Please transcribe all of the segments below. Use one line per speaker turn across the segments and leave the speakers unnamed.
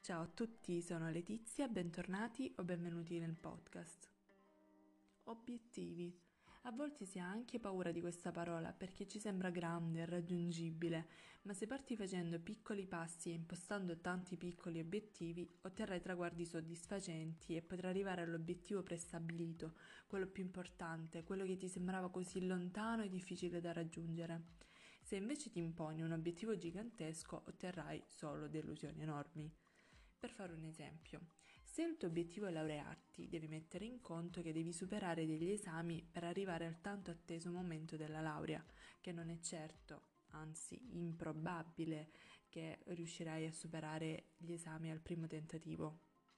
Ciao a tutti, sono Letizia, bentornati o benvenuti nel podcast. Obiettivi. A volte si ha anche paura di questa parola perché ci sembra grande e raggiungibile, ma se parti facendo piccoli passi e impostando tanti piccoli obiettivi, otterrai traguardi soddisfacenti e potrai arrivare all'obiettivo prestabilito, quello più importante, quello che ti sembrava così lontano e difficile da raggiungere. Se invece ti imponi un obiettivo gigantesco, otterrai solo delusioni enormi. Per fare un esempio, se il tuo obiettivo è laurearti, devi mettere in conto che devi superare degli esami per arrivare al tanto atteso momento della laurea, che non è certo, anzi improbabile, che riuscirai a superare gli esami al primo tentativo.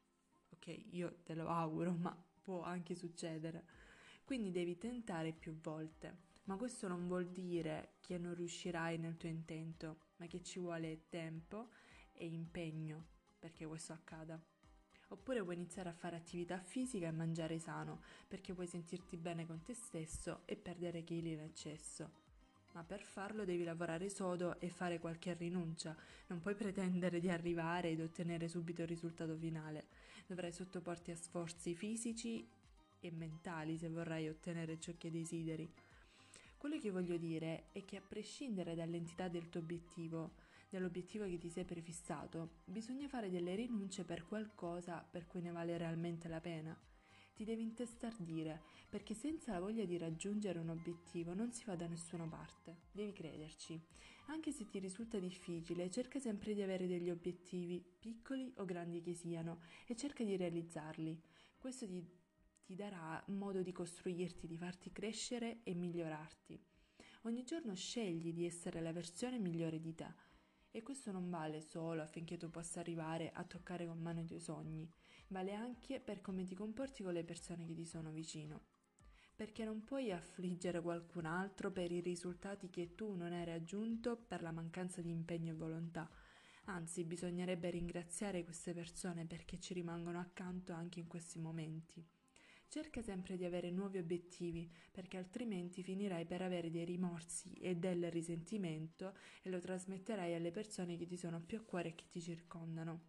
Ok, io te lo auguro, ma può anche succedere. Quindi devi tentare più volte. Ma questo non vuol dire che non riuscirai nel tuo intento, ma che ci vuole tempo e impegno perché questo accada. Oppure puoi iniziare a fare attività fisica e mangiare sano, perché puoi sentirti bene con te stesso e perdere chili in eccesso. Ma per farlo devi lavorare sodo e fare qualche rinuncia. Non puoi pretendere di arrivare ed ottenere subito il risultato finale. Dovrai sottoporti a sforzi fisici e mentali se vorrai ottenere ciò che desideri. Quello che voglio dire è che a prescindere dall'entità del tuo obiettivo, dall'obiettivo che ti sei prefissato, bisogna fare delle rinunce per qualcosa per cui ne vale realmente la pena. Ti devi intestardire, perché senza la voglia di raggiungere un obiettivo non si va da nessuna parte. Devi crederci. Anche se ti risulta difficile, cerca sempre di avere degli obiettivi, piccoli o grandi che siano, e cerca di realizzarli. Questo ti darà modo di costruirti, di farti crescere e migliorarti. Ogni giorno scegli di essere la versione migliore di te. E questo non vale solo affinché tu possa arrivare a toccare con mano i tuoi sogni, vale anche per come ti comporti con le persone che ti sono vicino. Perché non puoi affliggere qualcun altro per i risultati che tu non hai raggiunto per la mancanza di impegno e volontà. Anzi, bisognerebbe ringraziare queste persone perché ci rimangono accanto anche in questi momenti. Cerca sempre di avere nuovi obiettivi, perché altrimenti finirai per avere dei rimorsi e del risentimento e lo trasmetterai alle persone che ti sono più a cuore e che ti circondano.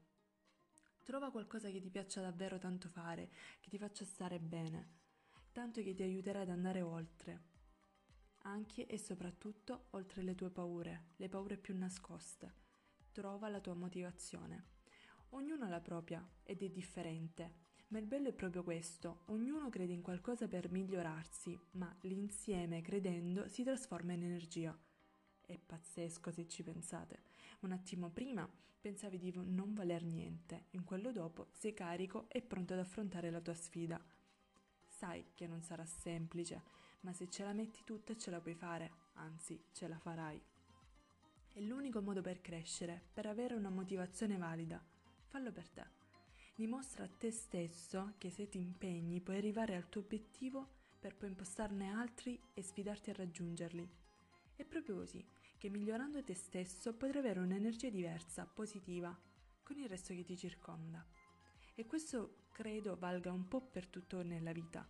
Trova qualcosa che ti piaccia davvero tanto fare, che ti faccia stare bene, tanto che ti aiuterà ad andare oltre, anche e soprattutto oltre le paure più nascoste. Trova la tua motivazione. Ognuno ha la propria ed è differente, ma il bello è proprio questo, ognuno crede in qualcosa per migliorarsi, ma l'insieme credendo si trasforma in energia. È pazzesco se ci pensate. Un attimo prima pensavi di non valer niente, in quello dopo sei carico e pronto ad affrontare la tua sfida. Sai che non sarà semplice, ma se ce la metti tutta ce la puoi fare, anzi ce la farai. È l'unico modo per crescere, per avere una motivazione valida. Fallo per te. Dimostra a te stesso che se ti impegni puoi arrivare al tuo obiettivo per poi impostarne altri e sfidarti a raggiungerli. È proprio così che migliorando te stesso potrai avere un'energia diversa, positiva, con il resto che ti circonda. E questo credo valga un po' per tutto nella vita.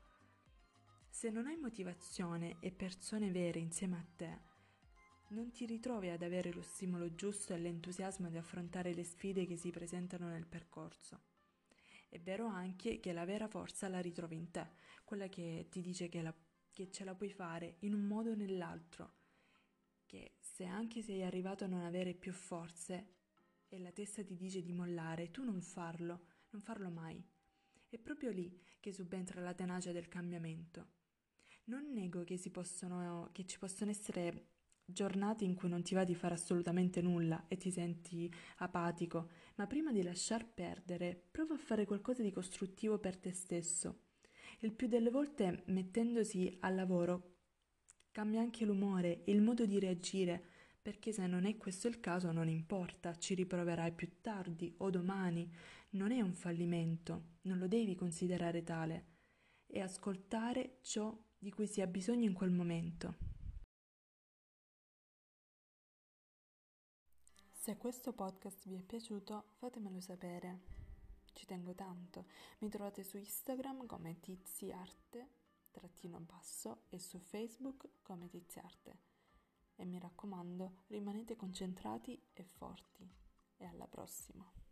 Se non hai motivazione e persone vere insieme a te, non ti ritrovi ad avere lo stimolo giusto e l'entusiasmo di affrontare le sfide che si presentano nel percorso. È vero anche che la vera forza la ritrovi in te, quella che ti dice che ce la puoi fare in un modo o nell'altro, che se anche sei arrivato a non avere più forze e la testa ti dice di mollare, tu non farlo mai. È proprio lì che subentra la tenacia del cambiamento. Non nego che ci possono essere giornate in cui non ti va di fare assolutamente nulla e ti senti apatico, ma prima di lasciar perdere, prova a fare qualcosa di costruttivo per te stesso. Il più delle volte, mettendosi al lavoro, cambia anche l'umore e il modo di reagire, perché se non è questo il caso non importa, ci riproverai più tardi o domani. Non è un fallimento, non lo devi considerare tale. È ascoltare ciò di cui si ha bisogno in quel momento. Se questo podcast vi è piaciuto, fatemelo sapere. Ci tengo tanto. Mi trovate su Instagram come tiziarte_basso e su Facebook come tiziarte. E mi raccomando, rimanete concentrati e forti. E alla prossima.